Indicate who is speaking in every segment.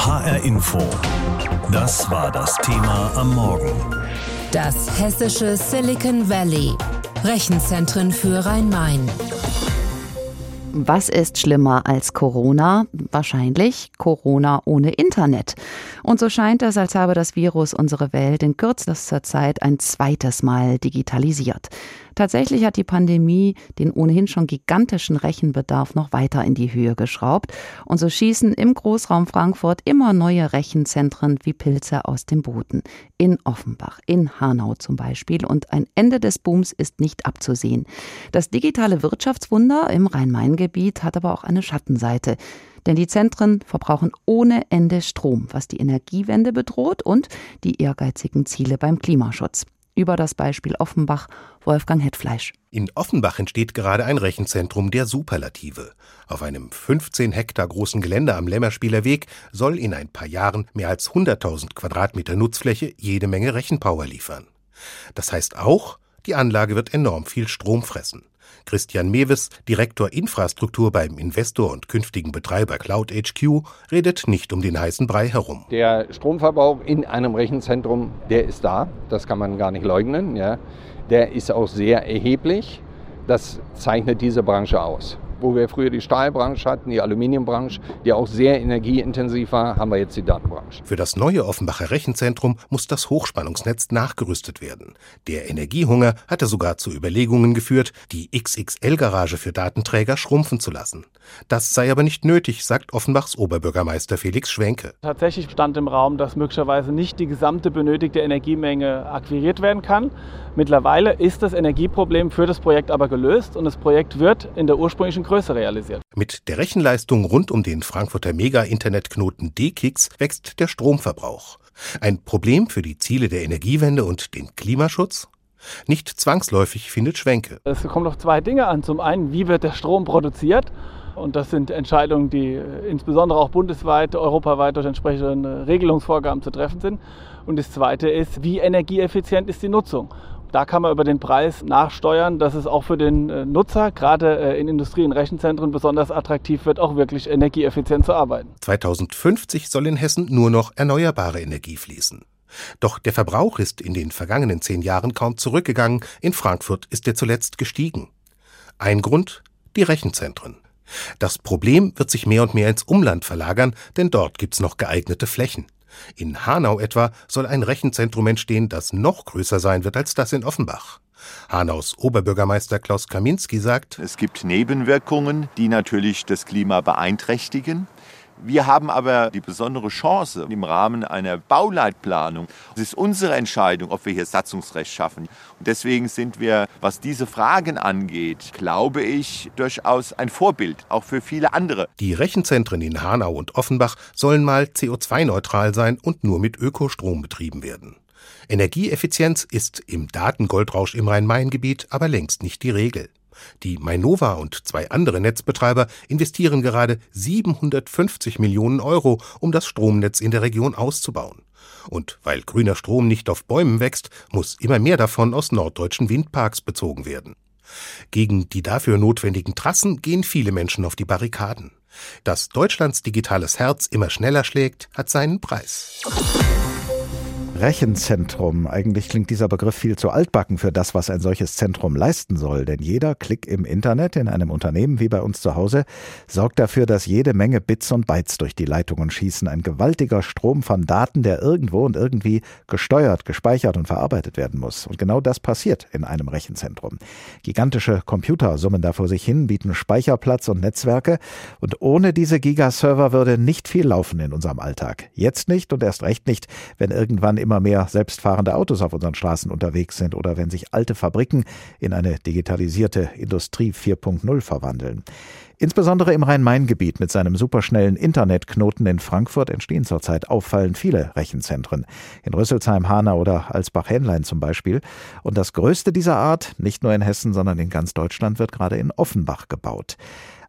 Speaker 1: HR Info. Das war das Thema am Morgen.
Speaker 2: Das hessische Silicon Valley. Rechenzentren für Rhein-Main.
Speaker 3: Was ist schlimmer als Corona? Wahrscheinlich Corona ohne Internet. Und so scheint es, als habe das Virus unsere Welt in kürzester Zeit ein zweites Mal digitalisiert. Tatsächlich hat die Pandemie den ohnehin schon gigantischen Rechenbedarf noch weiter in die Höhe geschraubt. Und so schießen im Großraum Frankfurt immer neue Rechenzentren wie Pilze aus dem Boden. In Offenbach, in Hanau zum Beispiel. Und ein Ende des Booms ist nicht abzusehen. Das digitale Wirtschaftswunder im Rhein-Main-Gebiet hat aber auch eine Schattenseite. Denn die Zentren verbrauchen ohne Ende Strom, was die Energiewende bedroht und die ehrgeizigen Ziele beim Klimaschutz. Über das Beispiel Offenbach, Wolfgang Hetfleisch.
Speaker 4: In Offenbach entsteht gerade ein Rechenzentrum der Superlative. Auf einem 15 Hektar großen Gelände am Lämmerspieler Weg soll in ein paar Jahren mehr als 100.000 Quadratmeter Nutzfläche jede Menge Rechenpower liefern. Das heißt auch, die Anlage wird enorm viel Strom fressen. Christian Mewes, Direktor Infrastruktur beim Investor und künftigen Betreiber CloudHQ, redet nicht um den heißen Brei herum.
Speaker 5: Der Stromverbrauch in einem Rechenzentrum, der ist da, das kann man gar nicht leugnen. Ja. Der ist auch sehr erheblich, das zeichnet diese Branche aus. Wo wir früher die Stahlbranche hatten, die Aluminiumbranche, die auch sehr energieintensiv war, haben wir jetzt die Datenbranche.
Speaker 4: Für das neue Offenbacher Rechenzentrum muss das Hochspannungsnetz nachgerüstet werden. Der Energiehunger hatte sogar zu Überlegungen geführt, die XXL-Garage für Datenträger schrumpfen zu lassen. Das sei aber nicht nötig, sagt Offenbachs Oberbürgermeister Felix Schwenke.
Speaker 6: Tatsächlich stand im Raum, dass möglicherweise nicht die gesamte benötigte Energiemenge akquiriert werden kann. Mittlerweile ist das Energieproblem für das Projekt aber gelöst und das Projekt wird in der ursprünglichen Größe realisiert.
Speaker 4: Mit der Rechenleistung rund um den Frankfurter Mega-Internetknoten D-Kix wächst der Stromverbrauch. Ein Problem für die Ziele der Energiewende und den Klimaschutz? Nicht zwangsläufig, findet Schwenke.
Speaker 6: Es kommen noch zwei Dinge an. Zum einen, wie wird der Strom produziert? Und das sind Entscheidungen, die insbesondere auch bundesweit, europaweit durch entsprechende Regelungsvorgaben zu treffen sind. Und das Zweite ist, wie energieeffizient ist die Nutzung? Da kann man über den Preis nachsteuern, dass es auch für den Nutzer, gerade in Industrie- und Rechenzentren, besonders attraktiv wird, auch wirklich energieeffizient zu arbeiten.
Speaker 4: 2050 soll in Hessen nur noch erneuerbare Energie fließen. Doch der Verbrauch ist in den vergangenen 10 Jahren kaum zurückgegangen. In Frankfurt ist er zuletzt gestiegen. Ein Grund? Die Rechenzentren. Das Problem wird sich mehr und mehr ins Umland verlagern, denn dort gibt's noch geeignete Flächen. In Hanau etwa soll ein Rechenzentrum entstehen, das noch größer sein wird als das in Offenbach. Hanaus Oberbürgermeister Klaus Kaminski sagt:
Speaker 7: Es gibt Nebenwirkungen, die natürlich das Klima beeinträchtigen. Wir haben aber die besondere Chance im Rahmen einer Bauleitplanung. Es ist unsere Entscheidung, ob wir hier Satzungsrecht schaffen. Und deswegen sind wir, was diese Fragen angeht, glaube ich, durchaus ein Vorbild, auch für viele andere.
Speaker 4: Die Rechenzentren in Hanau und Offenbach sollen mal CO2-neutral sein und nur mit Ökostrom betrieben werden. Energieeffizienz ist im Datengoldrausch im Rhein-Main-Gebiet aber längst nicht die Regel. Die Mainova und 2 andere Netzbetreiber investieren gerade 750 Millionen Euro, um das Stromnetz in der Region auszubauen. Und weil grüner Strom nicht auf Bäumen wächst, muss immer mehr davon aus norddeutschen Windparks bezogen werden. Gegen die dafür notwendigen Trassen gehen viele Menschen auf die Barrikaden. Dass Deutschlands digitales Herz immer schneller schlägt, hat seinen Preis.
Speaker 8: Rechenzentrum. Eigentlich klingt dieser Begriff viel zu altbacken für das, was ein solches Zentrum leisten soll. Denn jeder Klick im Internet in einem Unternehmen wie bei uns zu Hause sorgt dafür, dass jede Menge Bits und Bytes durch die Leitungen schießen. Ein gewaltiger Strom von Daten, der irgendwo und irgendwie gesteuert, gespeichert und verarbeitet werden muss. Und genau das passiert in einem Rechenzentrum. Gigantische Computer summen da vor sich hin, bieten Speicherplatz und Netzwerke. Und ohne diese Gigaserver würde nicht viel laufen in unserem Alltag. Jetzt nicht und erst recht nicht, wenn irgendwann immer mehr selbstfahrende Autos auf unseren Straßen unterwegs sind oder wenn sich alte Fabriken in eine digitalisierte Industrie 4.0 verwandeln. Insbesondere im Rhein-Main-Gebiet mit seinem superschnellen Internetknoten in Frankfurt entstehen zurzeit auffallend viele Rechenzentren. In Rüsselsheim, Hanau oder Alsbach-Hähnlein zum Beispiel. Und das größte dieser Art, nicht nur in Hessen, sondern in ganz Deutschland, wird gerade in Offenbach gebaut.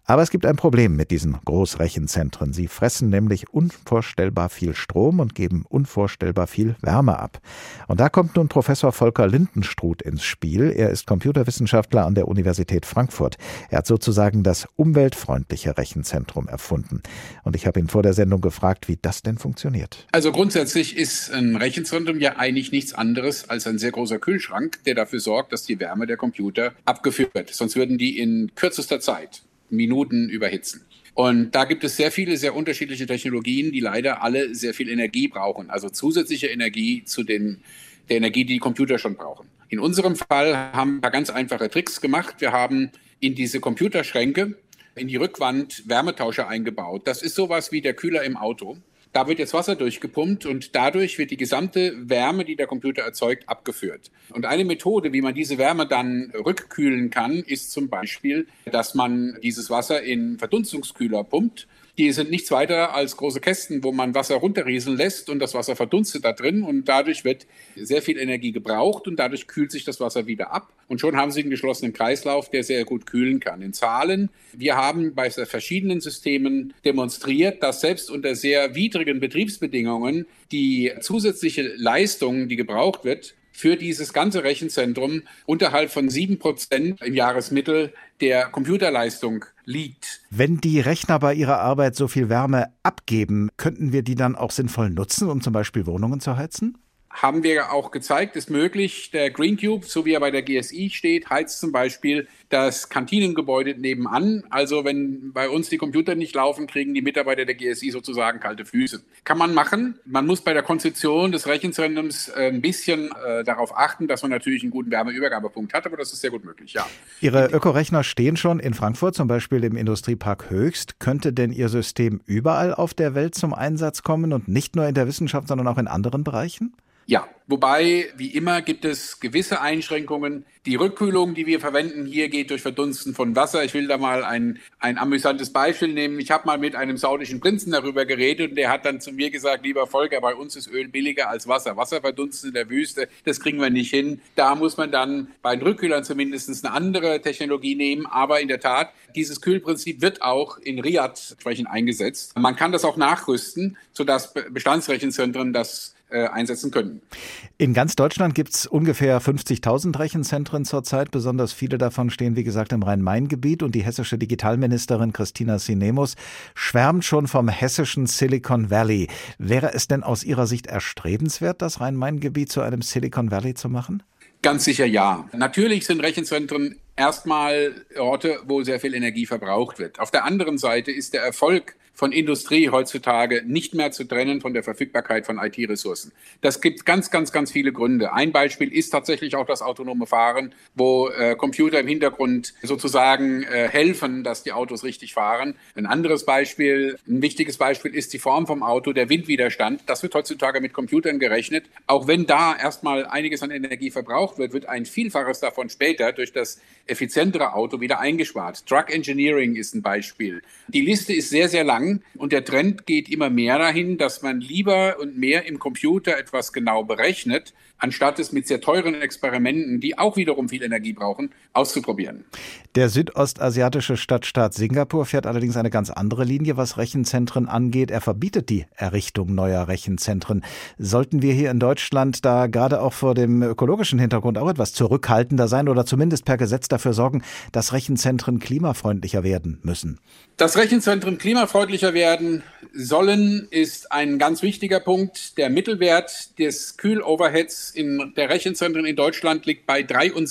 Speaker 8: Aber es gibt ein Problem mit diesen Großrechenzentren. Sie fressen nämlich unvorstellbar viel Strom und geben unvorstellbar viel Wärme ab. Und da kommt nun Professor Volker Lindenstruth ins Spiel. Er ist Computerwissenschaftler an der Universität Frankfurt. Er hat sozusagen das umweltfreundliche Rechenzentrum erfunden. Und ich habe ihn vor der Sendung gefragt, wie das denn funktioniert.
Speaker 9: Also grundsätzlich ist ein Rechenzentrum ja eigentlich nichts anderes als ein sehr großer Kühlschrank, der dafür sorgt, dass die Wärme der Computer abgeführt wird. Sonst würden die in kürzester Zeit Minuten überhitzen. Und da gibt es sehr viele, sehr unterschiedliche Technologien, die leider alle sehr viel Energie brauchen. Also zusätzliche Energie zu der Energie, die Computer schon brauchen. In unserem Fall haben wir ganz einfache Tricks gemacht. Wir haben in diese Computerschränke, in die Rückwand Wärmetauscher eingebaut. Das ist sowas wie der Kühler im Auto. Da wird jetzt Wasser durchgepumpt und dadurch wird die gesamte Wärme, die der Computer erzeugt, abgeführt. Und eine Methode, wie man diese Wärme dann rückkühlen kann, ist zum Beispiel, dass man dieses Wasser in Verdunstungskühler pumpt. Die sind nichts weiter als große Kästen, wo man Wasser runterrieseln lässt und das Wasser verdunstet da drin und dadurch wird sehr viel Energie gebraucht und dadurch kühlt sich das Wasser wieder ab und schon haben Sie einen geschlossenen Kreislauf, der sehr gut kühlen kann. In Zahlen, wir haben bei verschiedenen Systemen demonstriert, dass selbst unter sehr widrigen Betriebsbedingungen die zusätzliche Leistung, die gebraucht wird, für dieses ganze Rechenzentrum unterhalb von 7% im Jahresmittel der Computerleistung liegt.
Speaker 8: Wenn die Rechner bei ihrer Arbeit so viel Wärme abgeben, könnten wir die dann auch sinnvoll nutzen, um zum Beispiel Wohnungen zu heizen?
Speaker 9: Haben wir auch gezeigt, ist möglich. Der Green Cube, so wie er bei der GSI steht, heizt zum Beispiel das Kantinengebäude nebenan. Also wenn bei uns die Computer nicht laufen, kriegen die Mitarbeiter der GSI sozusagen kalte Füße. Kann man machen. Man muss bei der Konzeption des Rechenzentrums ein bisschen darauf achten, dass man natürlich einen guten Wärmeübergabepunkt hat, aber das ist sehr gut möglich, ja.
Speaker 8: Ihre Ökorechner stehen schon in Frankfurt, zum Beispiel im Industriepark Höchst. Könnte denn Ihr System überall auf der Welt zum Einsatz kommen und nicht nur in der Wissenschaft, sondern auch in anderen Bereichen?
Speaker 9: Ja, wobei, wie immer, gibt es gewisse Einschränkungen. Die Rückkühlung, die wir verwenden hier, geht durch Verdunsten von Wasser. Ich will da mal ein amüsantes Beispiel nehmen. Ich habe mal mit einem saudischen Prinzen darüber geredet und der hat dann zu mir gesagt, lieber Volker, bei uns ist Öl billiger als Wasser. Wasser verdunstet in der Wüste, das kriegen wir nicht hin. Da muss man dann bei den Rückkühlern zumindest eine andere Technologie nehmen. Aber in der Tat, dieses Kühlprinzip wird auch in Riyadh entsprechend eingesetzt. Man kann das auch nachrüsten, sodass Bestandsrechenzentren das einsetzen können.
Speaker 8: In ganz Deutschland gibt es ungefähr 50.000 Rechenzentren zurzeit. Besonders viele davon stehen, wie gesagt, im Rhein-Main-Gebiet. Und die hessische Digitalministerin Christina Sinemus schwärmt schon vom hessischen Silicon Valley. Wäre es denn aus Ihrer Sicht erstrebenswert, das Rhein-Main-Gebiet zu einem Silicon Valley zu machen?
Speaker 9: Ganz sicher ja. Natürlich sind Rechenzentren erstmal Orte, wo sehr viel Energie verbraucht wird. Auf der anderen Seite ist der Erfolg von Industrie heutzutage nicht mehr zu trennen von der Verfügbarkeit von IT-Ressourcen. Das gibt ganz, ganz, ganz viele Gründe. Ein Beispiel ist tatsächlich auch das autonome Fahren, wo Computer im Hintergrund sozusagen helfen, dass die Autos richtig fahren. Ein anderes Beispiel, ein wichtiges Beispiel ist die Form vom Auto, der Windwiderstand. Das wird heutzutage mit Computern gerechnet. Auch wenn da erstmal einiges an Energie verbraucht wird, wird ein Vielfaches davon später durch das effizientere Auto wieder eingespart. Truck Engineering ist ein Beispiel. Die Liste ist sehr, sehr lang. Und der Trend geht immer mehr dahin, dass man lieber und mehr im Computer etwas genau berechnet, anstatt es mit sehr teuren Experimenten, die auch wiederum viel Energie brauchen, auszuprobieren.
Speaker 8: Der südostasiatische Stadtstaat Singapur fährt allerdings eine ganz andere Linie, was Rechenzentren angeht. Er verbietet die Errichtung neuer Rechenzentren. Sollten wir hier in Deutschland da gerade auch vor dem ökologischen Hintergrund auch etwas zurückhaltender sein oder zumindest per Gesetz dafür sorgen, dass Rechenzentren klimafreundlicher werden müssen?
Speaker 9: Dass Rechenzentren klimafreundlicher werden sollen, ist ein ganz wichtiger Punkt. Der Mittelwert des Kühloverheads in der Rechenzentren in Deutschland liegt bei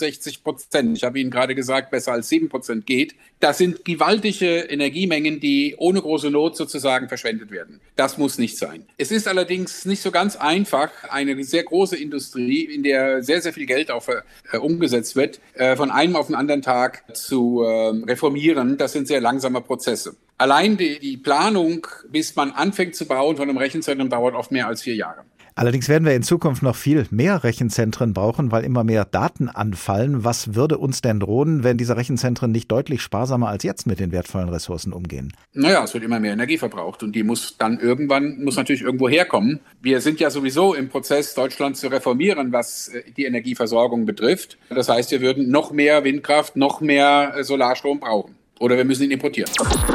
Speaker 9: 63%. Ich habe Ihnen gerade gesagt, besser als 7% geht. Das sind gewaltige Energiemengen, die ohne große Not sozusagen verschwendet werden. Das muss nicht sein. Es ist allerdings nicht so ganz einfach, eine sehr große Industrie, in der sehr, sehr viel Geld auch umgesetzt wird, von einem auf den anderen Tag zu reformieren. Das sind sehr langsame Prozesse. Allein die Planung, bis man anfängt zu bauen von einem Rechenzentrum, dauert oft mehr als 4 Jahre.
Speaker 8: Allerdings werden wir in Zukunft noch viel mehr Rechenzentren brauchen, weil immer mehr Daten anfallen. Was würde uns denn drohen, wenn diese Rechenzentren nicht deutlich sparsamer als jetzt mit den wertvollen Ressourcen umgehen?
Speaker 9: Naja, es wird immer mehr Energie verbraucht und die muss natürlich irgendwo herkommen. Wir sind ja sowieso im Prozess, Deutschland zu reformieren, was die Energieversorgung betrifft. Das heißt, wir würden noch mehr Windkraft, noch mehr Solarstrom brauchen. oder wir müssen ihn importieren.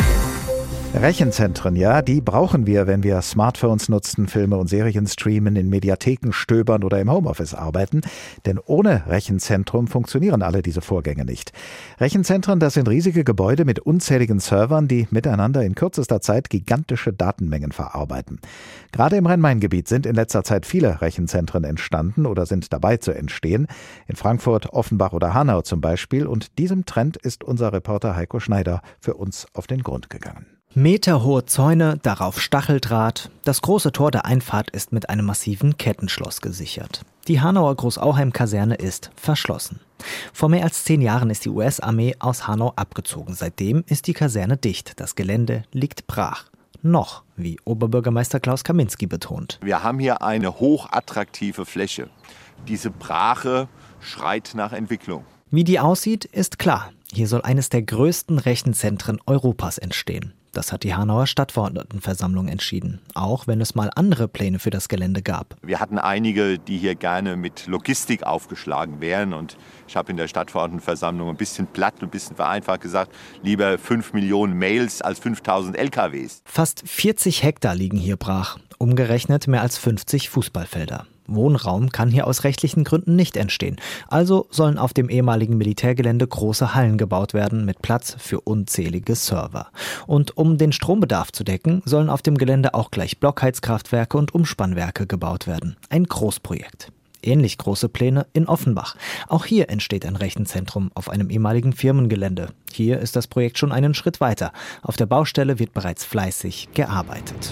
Speaker 8: Rechenzentren, ja, die brauchen wir, wenn wir Smartphones nutzen, Filme und Serien streamen, in Mediatheken stöbern oder im Homeoffice arbeiten. Denn ohne Rechenzentrum funktionieren alle diese Vorgänge nicht. Rechenzentren, das sind riesige Gebäude mit unzähligen Servern, die miteinander in kürzester Zeit gigantische Datenmengen verarbeiten. Gerade im Rhein-Main-Gebiet sind in letzter Zeit viele Rechenzentren entstanden oder sind dabei zu entstehen. In Frankfurt, Offenbach oder Hanau zum Beispiel. Und diesem Trend ist unser Reporter Heiko Schneider für uns auf den Grund gegangen.
Speaker 10: Meterhohe Zäune, darauf Stacheldraht. Das große Tor der Einfahrt ist mit einem massiven Kettenschloss gesichert. Die Hanauer Großauheim-Kaserne ist verschlossen. Vor mehr als 10 Jahren ist die US-Armee aus Hanau abgezogen. Seitdem ist die Kaserne dicht. Das Gelände liegt brach. Noch, wie Oberbürgermeister Klaus Kaminski betont.
Speaker 7: Wir haben hier eine hochattraktive Fläche. Diese Brache schreit nach Entwicklung.
Speaker 10: Wie die aussieht, ist klar. Hier soll eines der größten Rechenzentren Europas entstehen. Das hat die Hanauer Stadtverordnetenversammlung entschieden, auch wenn es mal andere Pläne für das Gelände gab.
Speaker 7: Wir hatten einige, die hier gerne mit Logistik aufgeschlagen wären. Und ich habe in der Stadtverordnetenversammlung ein bisschen platt, ein bisschen vereinfacht gesagt, lieber 5 Millionen Mails als 5000 LKWs.
Speaker 10: Fast 40 Hektar liegen hier brach, umgerechnet mehr als 50 Fußballfelder. Wohnraum kann hier aus rechtlichen Gründen nicht entstehen. Also sollen auf dem ehemaligen Militärgelände große Hallen gebaut werden mit Platz für unzählige Server. Und um den Strombedarf zu decken, sollen auf dem Gelände auch gleich Blockheizkraftwerke und Umspannwerke gebaut werden. Ein Großprojekt. Ähnlich große Pläne in Offenbach. Auch hier entsteht ein Rechenzentrum auf einem ehemaligen Firmengelände. Hier ist das Projekt schon einen Schritt weiter. Auf der Baustelle wird bereits fleißig gearbeitet.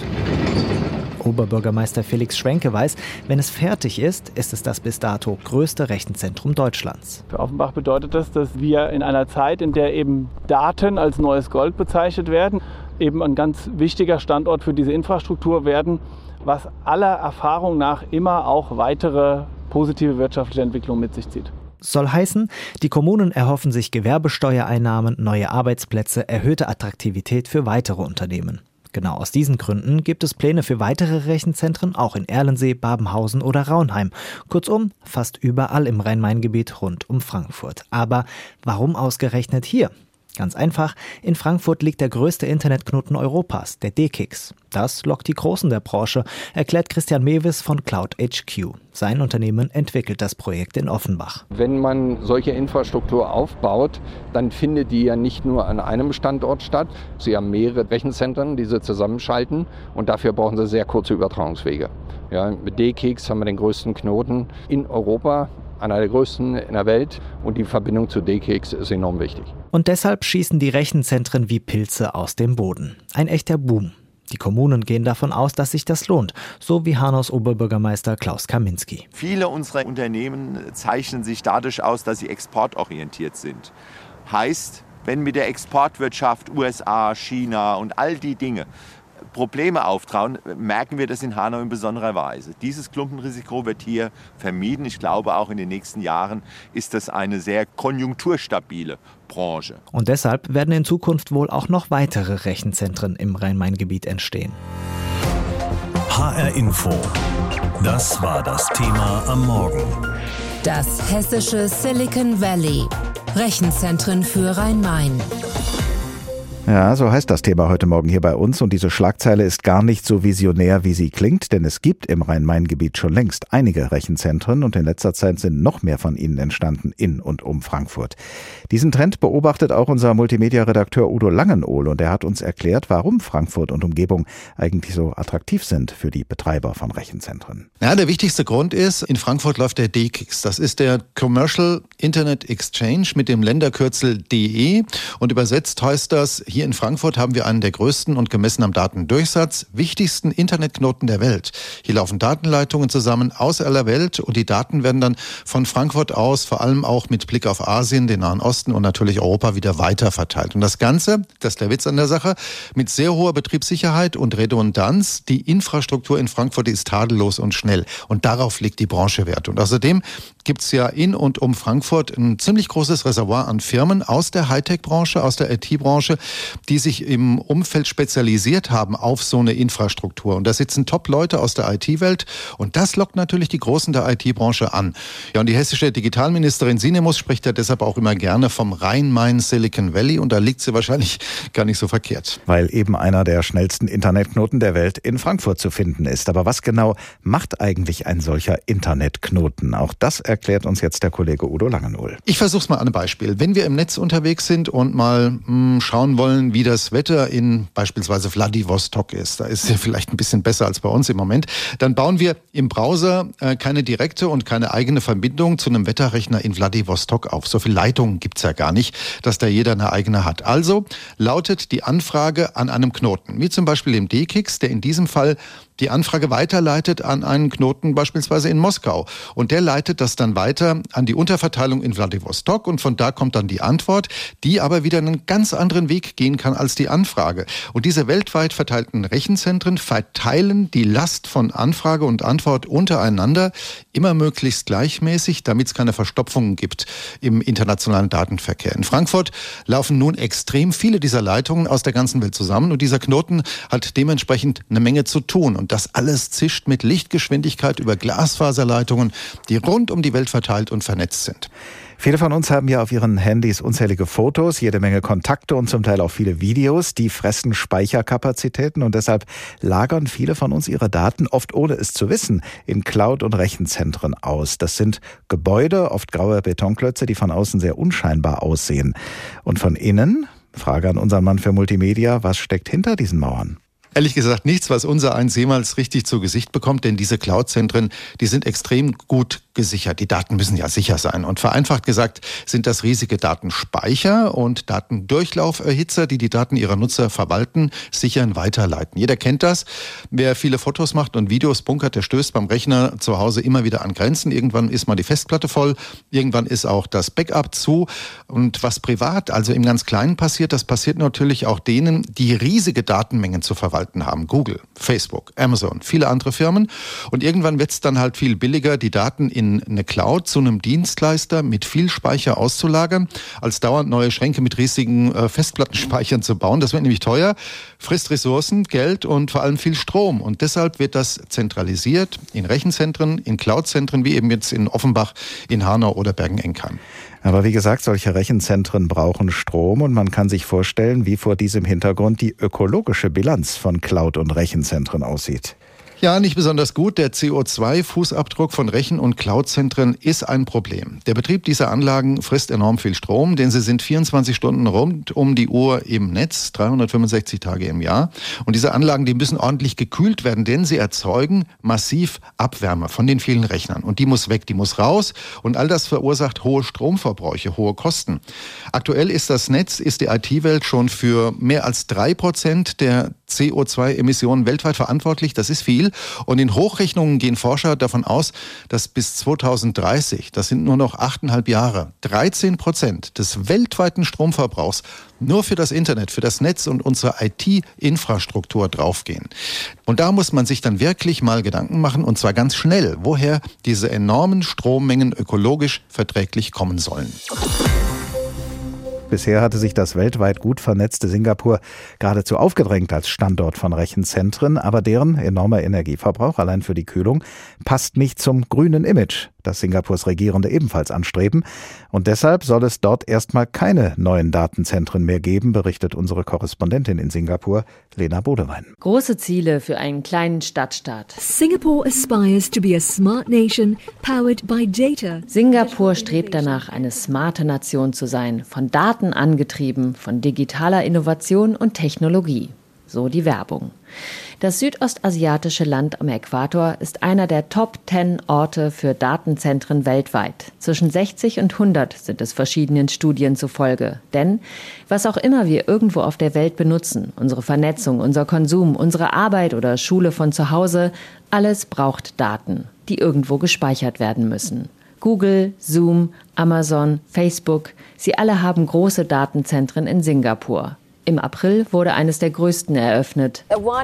Speaker 10: Oberbürgermeister Felix Schwenke weiß, wenn es fertig ist, ist es das bis dato größte Rechenzentrum Deutschlands.
Speaker 6: Für Offenbach bedeutet das, dass wir in einer Zeit, in der eben Daten als neues Gold bezeichnet werden, eben ein ganz wichtiger Standort für diese Infrastruktur werden, was aller Erfahrung nach immer auch weitere positive wirtschaftliche Entwicklung mit sich zieht.
Speaker 10: Soll heißen, die Kommunen erhoffen sich Gewerbesteuereinnahmen, neue Arbeitsplätze, erhöhte Attraktivität für weitere Unternehmen. Genau aus diesen Gründen gibt es Pläne für weitere Rechenzentren, auch in Erlensee, Babenhausen oder Raunheim. Kurzum, fast überall im Rhein-Main-Gebiet rund um Frankfurt. Aber warum ausgerechnet hier? Ganz einfach, in Frankfurt liegt der größte Internetknoten Europas, der D-Kix. Das lockt die Großen der Branche, erklärt Christian Mewis von Cloud HQ. Sein Unternehmen entwickelt das Projekt in Offenbach.
Speaker 5: Wenn man solche Infrastruktur aufbaut, dann findet die ja nicht nur an einem Standort statt. Sie haben mehrere Rechenzentren, die sie zusammenschalten und dafür brauchen sie sehr kurze Übertragungswege. Ja, mit D-Kix haben wir den größten Knoten in Europa, einer der größten in der Welt, und die Verbindung zu D-Kix ist enorm wichtig.
Speaker 10: Und deshalb schießen die Rechenzentren wie Pilze aus dem Boden. Ein echter Boom. Die Kommunen gehen davon aus, dass sich das lohnt, so wie Hanaus Oberbürgermeister Klaus Kaminski.
Speaker 7: Viele unserer Unternehmen zeichnen sich dadurch aus, dass sie exportorientiert sind. Heißt, wenn mit der Exportwirtschaft USA, China und all die Dinge Probleme auftrauen, merken wir das in Hanau in besonderer Weise. Dieses Klumpenrisiko wird hier vermieden. Ich glaube, auch in den nächsten Jahren ist das eine sehr konjunkturstabile Branche.
Speaker 10: Und deshalb werden in Zukunft wohl auch noch weitere Rechenzentren im Rhein-Main-Gebiet entstehen.
Speaker 1: HR Info. Das war das Thema am Morgen.
Speaker 2: Das hessische Silicon Valley. Rechenzentren für Rhein-Main.
Speaker 8: Ja, so heißt das Thema heute Morgen hier bei uns. Und diese Schlagzeile ist gar nicht so visionär, wie sie klingt, denn es gibt im Rhein-Main-Gebiet schon längst einige Rechenzentren und in letzter Zeit sind noch mehr von ihnen entstanden in und um Frankfurt. Diesen Trend beobachtet auch unser Multimedia-Redakteur Udo Langenohl und er hat uns erklärt, warum Frankfurt und Umgebung eigentlich so attraktiv sind für die Betreiber von Rechenzentren.
Speaker 11: Ja, der wichtigste Grund ist, in Frankfurt läuft der D-Kix. Das ist der Commercial Internet Exchange mit dem Länderkürzel DE und übersetzt heißt das, hier in Frankfurt haben wir einen der größten und gemessen am Datendurchsatz wichtigsten Internetknoten der Welt. Hier laufen Datenleitungen zusammen aus aller Welt und die Daten werden dann von Frankfurt aus, vor allem auch mit Blick auf Asien, den Nahen Osten und natürlich Europa wieder weiter verteilt. Und das Ganze, das ist der Witz an der Sache, mit sehr hoher Betriebssicherheit und Redundanz. Die Infrastruktur in Frankfurt ist tadellos und schnell und darauf legt die Branche Wert. Und außerdem gibt es ja in und um Frankfurt ein ziemlich großes Reservoir an Firmen aus der Hightech-Branche, aus der IT-Branche, die sich im Umfeld spezialisiert haben auf so eine Infrastruktur. Und da sitzen Top-Leute aus der IT-Welt und das lockt natürlich die Großen der IT-Branche an. Ja, und die hessische Digitalministerin Sinemus spricht ja deshalb auch immer gerne vom Rhein-Main-Silicon Valley und da liegt sie wahrscheinlich gar nicht so verkehrt.
Speaker 8: Weil eben einer der schnellsten Internetknoten der Welt in Frankfurt zu finden ist. Aber was genau macht eigentlich ein solcher Internetknoten? Auch das erklärt uns jetzt der Kollege Udo Langenöl.
Speaker 11: Ich versuche es mal an einem Beispiel. Wenn wir im Netz unterwegs sind und mal schauen wollen, wie das Wetter in beispielsweise Wladiwostok ist, da ist es ja vielleicht ein bisschen besser als bei uns im Moment, dann bauen wir im Browser keine direkte und keine eigene Verbindung zu einem Wetterrechner in Wladiwostok auf. So viele Leitungen gibt's ja gar nicht, dass da jeder eine eigene hat. Also lautet die Anfrage an einem Knoten, wie zum Beispiel dem DKIX, der in diesem Fall die Anfrage weiterleitet an einen Knoten beispielsweise in Moskau. Und der leitet das dann weiter an die Unterverteilung in Wladiwostok und von da kommt dann die Antwort, die aber wieder einen ganz anderen Weg gehen kann als die Anfrage. Und diese weltweit verteilten Rechenzentren verteilen die Last von Anfrage und Antwort untereinander immer möglichst gleichmäßig, damit es keine Verstopfungen gibt im internationalen Datenverkehr. In Frankfurt laufen nun extrem viele dieser Leitungen aus der ganzen Welt zusammen und dieser Knoten hat dementsprechend eine Menge zu tun. Und das alles zischt mit Lichtgeschwindigkeit über Glasfaserleitungen, die rund um die Welt verteilt und vernetzt sind.
Speaker 8: Viele von uns haben ja auf ihren Handys unzählige Fotos, jede Menge Kontakte und zum Teil auch viele Videos. Die fressen Speicherkapazitäten und deshalb lagern viele von uns ihre Daten, oft ohne es zu wissen, in Cloud- und Rechenzentren aus. Das sind Gebäude, oft graue Betonklötze, die von außen sehr unscheinbar aussehen. Und von innen, Frage an unseren Mann für Multimedia, was steckt hinter diesen Mauern?
Speaker 11: Ehrlich gesagt nichts, was unser eins jemals richtig zu Gesicht bekommt, denn diese Cloud-Zentren, die sind extrem gut gesichert. Die Daten müssen ja sicher sein. Und vereinfacht gesagt sind das riesige Datenspeicher und Datendurchlauferhitzer, die die Daten ihrer Nutzer verwalten, sichern, weiterleiten. Jeder kennt das. Wer viele Fotos macht und Videos bunkert, der stößt beim Rechner zu Hause immer wieder an Grenzen. Irgendwann ist mal die Festplatte voll, irgendwann ist auch das Backup zu. Und was privat, also im ganz Kleinen passiert, das passiert natürlich auch denen, die riesige Datenmengen zu verwalten haben. Google, Facebook, Amazon, viele andere Firmen. Und irgendwann wird es dann halt viel billiger, die Daten in eine Cloud zu einem Dienstleister mit viel Speicher auszulagern, als dauernd neue Schränke mit riesigen Festplattenspeichern zu bauen. Das wird nämlich teuer, frisst Ressourcen, Geld und vor allem viel Strom. Und deshalb wird das zentralisiert in Rechenzentren, in Cloud-Zentren, wie eben jetzt in Offenbach, in Hanau oder Bergen-Enkheim.
Speaker 8: Aber wie gesagt, solche Rechenzentren brauchen Strom und man kann sich vorstellen, wie vor diesem Hintergrund die ökologische Bilanz von Cloud- und Rechenzentren aussieht.
Speaker 11: Ja, nicht besonders gut. Der CO2-Fußabdruck von Rechen- und Cloud-Zentren ist ein Problem. Der Betrieb dieser Anlagen frisst enorm viel Strom, denn sie sind 24 Stunden rund um die Uhr im Netz, 365 Tage im Jahr. Und diese Anlagen, die müssen ordentlich gekühlt werden, denn sie erzeugen massiv Abwärme von den vielen Rechnern. Und die muss weg, die muss raus. Und all das verursacht hohe Stromverbräuche, hohe Kosten. Aktuell ist das Netz, ist die IT-Welt schon für mehr als 3% der CO2-Emissionen weltweit verantwortlich. Das ist viel. Und in Hochrechnungen gehen Forscher davon aus, dass bis 2030, das sind nur noch 8,5 Jahre, 13% des weltweiten Stromverbrauchs nur für das Internet, für das Netz und unsere IT-Infrastruktur draufgehen. Und da muss man sich dann wirklich mal Gedanken machen, und zwar ganz schnell, woher diese enormen Strommengen ökologisch verträglich kommen sollen.
Speaker 8: Bisher hatte sich das weltweit gut vernetzte Singapur geradezu aufgedrängt als Standort von Rechenzentren, aber deren enormer Energieverbrauch allein für die Kühlung passt nicht zum grünen Image, das Singapurs Regierende ebenfalls anstreben. Und deshalb soll es dort erstmal keine neuen Datenzentren mehr geben, berichtet unsere Korrespondentin in Singapur, Lena Bodewein.
Speaker 12: Große Ziele für einen kleinen Stadtstaat.
Speaker 13: Singapore aspires to be a smart nation powered by data.
Speaker 12: Singapur strebt danach, eine smarte Nation zu sein, von Daten angetrieben, von digitaler Innovation und Technologie. So die Werbung. Das südostasiatische Land am Äquator ist einer der Top 10 Orte für Datenzentren weltweit. Zwischen 60 und 100 sind es verschiedenen Studien zufolge. Denn was auch immer wir irgendwo auf der Welt benutzen, unsere Vernetzung, unser Konsum, unsere Arbeit oder Schule von zu Hause, alles braucht Daten, die irgendwo gespeichert werden müssen. Google, Zoom, Amazon, Facebook, sie alle haben große Datenzentren in Singapur. Im April wurde eines der größten eröffnet.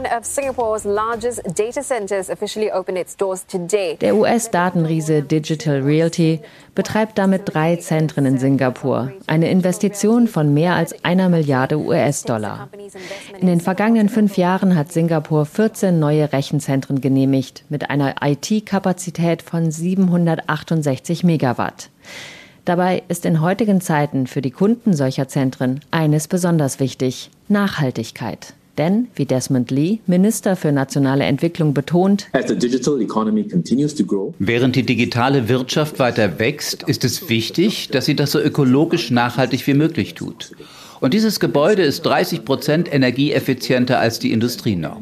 Speaker 12: Der US-Datenriese Digital Realty betreibt damit 3 Zentren in Singapur. Eine Investition von mehr als 1 Milliarde US-Dollar. In den vergangenen 5 Jahren hat Singapur 14 neue Rechenzentren genehmigt, mit einer IT-Kapazität von 768 Megawatt. Dabei ist in heutigen Zeiten für die Kunden solcher Zentren eines besonders wichtig: Nachhaltigkeit. Denn, wie Desmond Lee, Minister für nationale Entwicklung, betont,
Speaker 14: während die digitale Wirtschaft weiter wächst, ist es wichtig, dass sie das so ökologisch nachhaltig wie möglich tut. Und dieses Gebäude ist 30% energieeffizienter als die Industrienorm.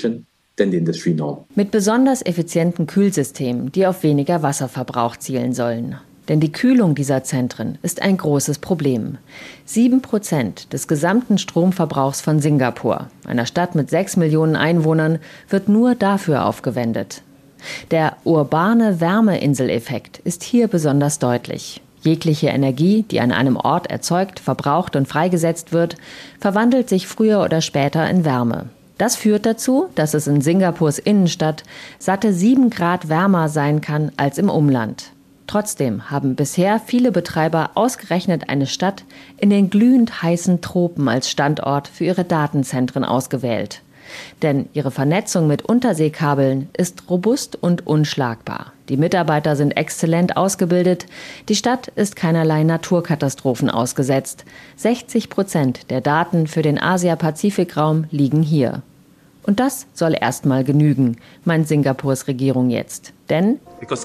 Speaker 12: Mit besonders effizienten Kühlsystemen, die auf weniger Wasserverbrauch zielen sollen. Denn die Kühlung dieser Zentren ist ein großes Problem. 7% des gesamten Stromverbrauchs von Singapur, einer Stadt mit 6 Millionen Einwohnern, wird nur dafür aufgewendet. Der urbane Wärmeinseleffekt ist hier besonders deutlich. Jegliche Energie, die an einem Ort erzeugt, verbraucht und freigesetzt wird, verwandelt sich früher oder später in Wärme. Das führt dazu, dass es in Singapurs Innenstadt satte 7 Grad wärmer sein kann als im Umland. Trotzdem haben bisher viele Betreiber ausgerechnet eine Stadt in den glühend heißen Tropen als Standort für ihre Datenzentren ausgewählt. Denn ihre Vernetzung mit Unterseekabeln ist robust und unschlagbar. Die Mitarbeiter sind exzellent ausgebildet. Die Stadt ist keinerlei Naturkatastrophen ausgesetzt. 60% der Daten für den Asia-Pazifik-Raum liegen hier. Und das soll erstmal genügen, meint Singapurs Regierung jetzt. Denn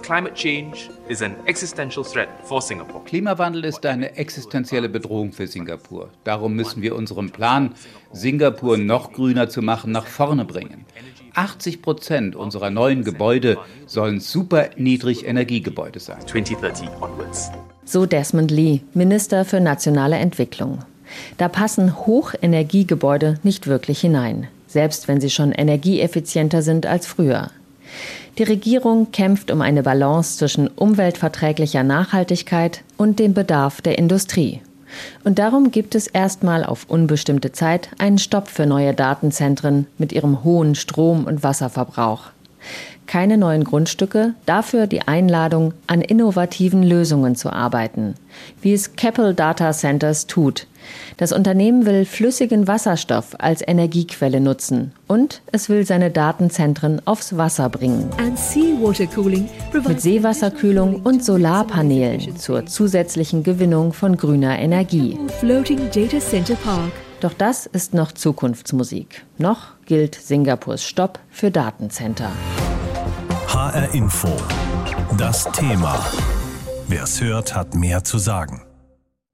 Speaker 14: Klimawandel ist eine existenzielle Bedrohung für Singapur. Darum müssen wir unseren Plan, Singapur noch grüner zu machen, nach vorne bringen. 80% unserer neuen Gebäude sollen super Niedrigenergiegebäude sein.
Speaker 12: So Desmond Lee, Minister für nationale Entwicklung. Da passen Hochenergiegebäude nicht wirklich hinein, selbst wenn sie schon energieeffizienter sind als früher. Die Regierung kämpft um eine Balance zwischen umweltverträglicher Nachhaltigkeit und dem Bedarf der Industrie. Und darum gibt es erstmal auf unbestimmte Zeit einen Stopp für neue Datenzentren mit ihrem hohen Strom- und Wasserverbrauch. Keine neuen Grundstücke, dafür die Einladung, an innovativen Lösungen zu arbeiten, wie es Keppel Data Centers tut. Das Unternehmen will flüssigen Wasserstoff als Energiequelle nutzen und es will seine Datenzentren aufs Wasser bringen. Mit Seewasserkühlung und Solarpanelen zur zusätzlichen Gewinnung von grüner Energie. Doch das ist noch Zukunftsmusik. Noch gilt Singapurs Stopp für Datencenter.
Speaker 1: HR Info. Das Thema. Wer es hört, hat mehr zu sagen.